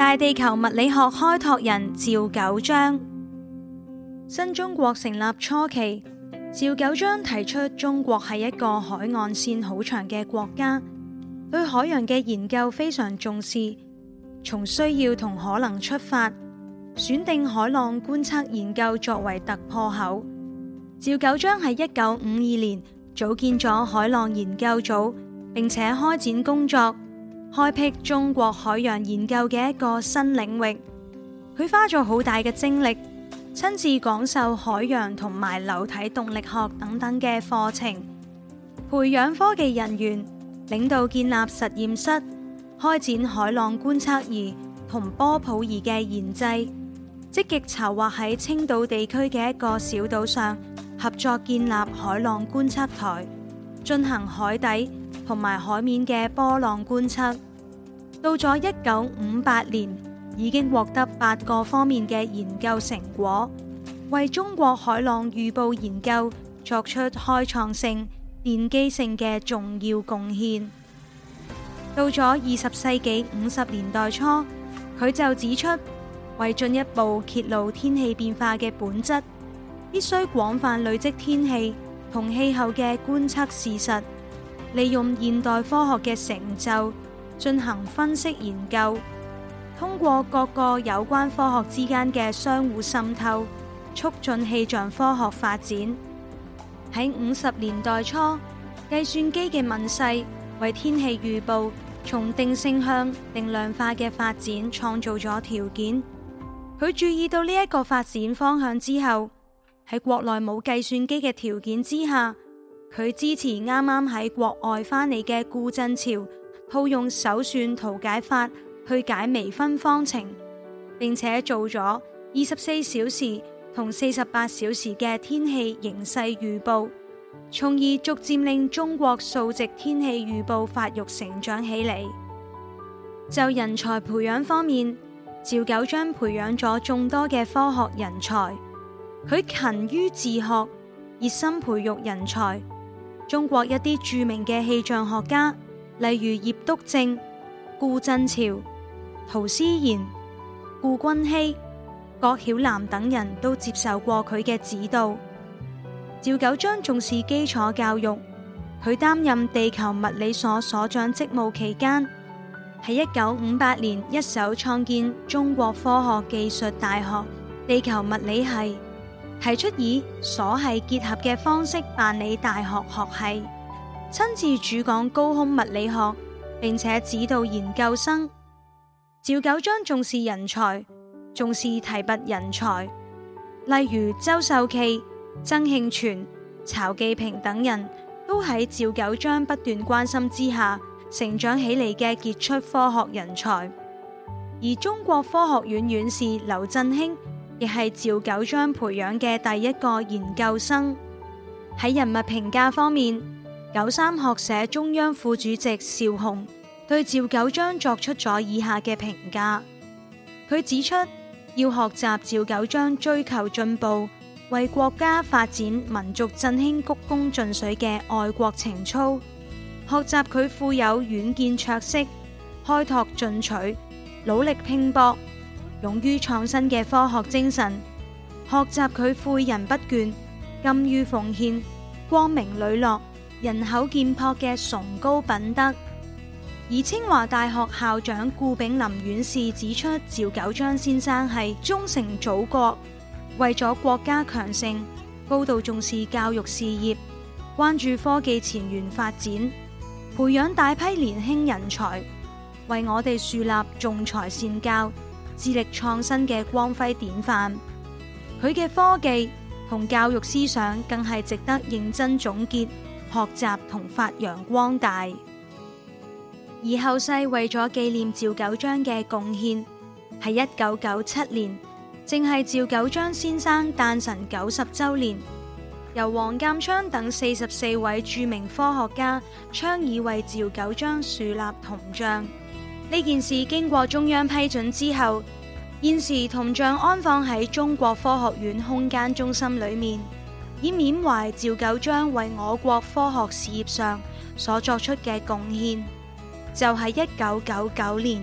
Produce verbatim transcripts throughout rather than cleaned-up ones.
大地球物理學開拓人趙九章。新中國成立初期，趙九章提出中國係一個海岸線好長嘅國家，對海洋嘅研究非常重視，從需要同可能出發，選定海浪觀測研究作為突破口。趙九章喺一九五二年組建咗海浪研究組，並且開展工作，開闢中國海洋研究嘅一個新領域。佢花咗好大嘅精力，親自講授海洋同埋流體動力學等等嘅課程，培養科技人員，領導建立實驗室，開展海浪觀測儀同波譜儀嘅研製，積極籌劃喺青島地區嘅一個小島上合作建立海浪觀測台，進行海底同埋海面嘅波浪觀測。到咗一九五八年，已經獲得八個方面嘅研究成果，為中國海浪預報研究作出開創性、奠基性嘅重要貢獻。到咗二十世紀五十年代初，佢就指出，為進一步揭露天氣變化嘅本質，必須廣泛累積天氣同氣候嘅觀測事實，利用現代科學嘅成就進行分析研究，通過各個有關科學之間嘅相互滲透，促進氣象科學發展。喺五十年代初，計算機嘅問世為天氣預報從定性向定量化嘅發展創造咗條件。佢注意到呢一個發展方向之後，喺國內冇計算機嘅條件之下，佢支持啱啱喺國外返嚟嘅顧振潮套用手算圖解法去解微分方程，並且做咗二十四小時同四十八小時嘅天氣形勢預報，從而逐漸令中國數值天氣預報發育成長起嚟。就人才培養方面，趙九章培養咗眾多嘅科學人才，佢勤於自學，熱心培育人才。中國一啲著名嘅氣象學家，例如葉篤正、顧振潮、陶思賢、顧君熙、郭曉嵐等人都接受過佢嘅指導。趙九章重視基礎教育，佢擔任地球物理所所長職務期間，喺一九五八年一手創建中國科學技術大學地球物理系，提出以所系結合嘅方式辦理大學學系，親自主講高空物理學，並且指導研究生。趙九章重視人才，重視提拔人才，例如周秀琪、曾慶全、曹記平等人都喺趙九章不斷關心之下成長起嚟嘅傑出科學人才。而中國科學院院士劉振興亦係趙九章培養嘅第一個研究生。喺人物評價方面，九三學社中央副主席邵雄對趙九章作出咗以下嘅評價。佢指出，要學習趙九章追求進步，為國家發展民族振興鞠躬盡瘁嘅愛國情操，學習佢富有遠見卓識、開拓進取、努力拼搏、勇於創新嘅科學精神，學習佢誨人不倦、甘於奉獻、光明磊落、人口儉樸嘅崇高品德。而清華大學校長顧炳林院士指出，趙九章先生係忠誠祖國，為咗國家強盛，高度重視教育事業，關注科技前沿發展，培養大批年輕人才，為我哋樹立重才善教、致力創新嘅光輝典範。佢嘅科技同教育思想更係值得認真總結、學習同發揚光大。而後世為咗紀念趙九章嘅貢獻，喺一九九七年，正係趙九章先生誕辰九十周年，由王淦昌等四十四位著名科學家倡議為趙九章樹立銅像。呢件事經過中央批准之後，現時銅像安放喺中國科學院空間中心裏面，以緬懷趙九章為我國科學事業上所作出嘅貢獻。就喺一九九九年，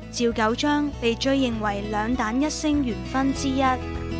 趙九章被追認為兩彈一星元勳之一。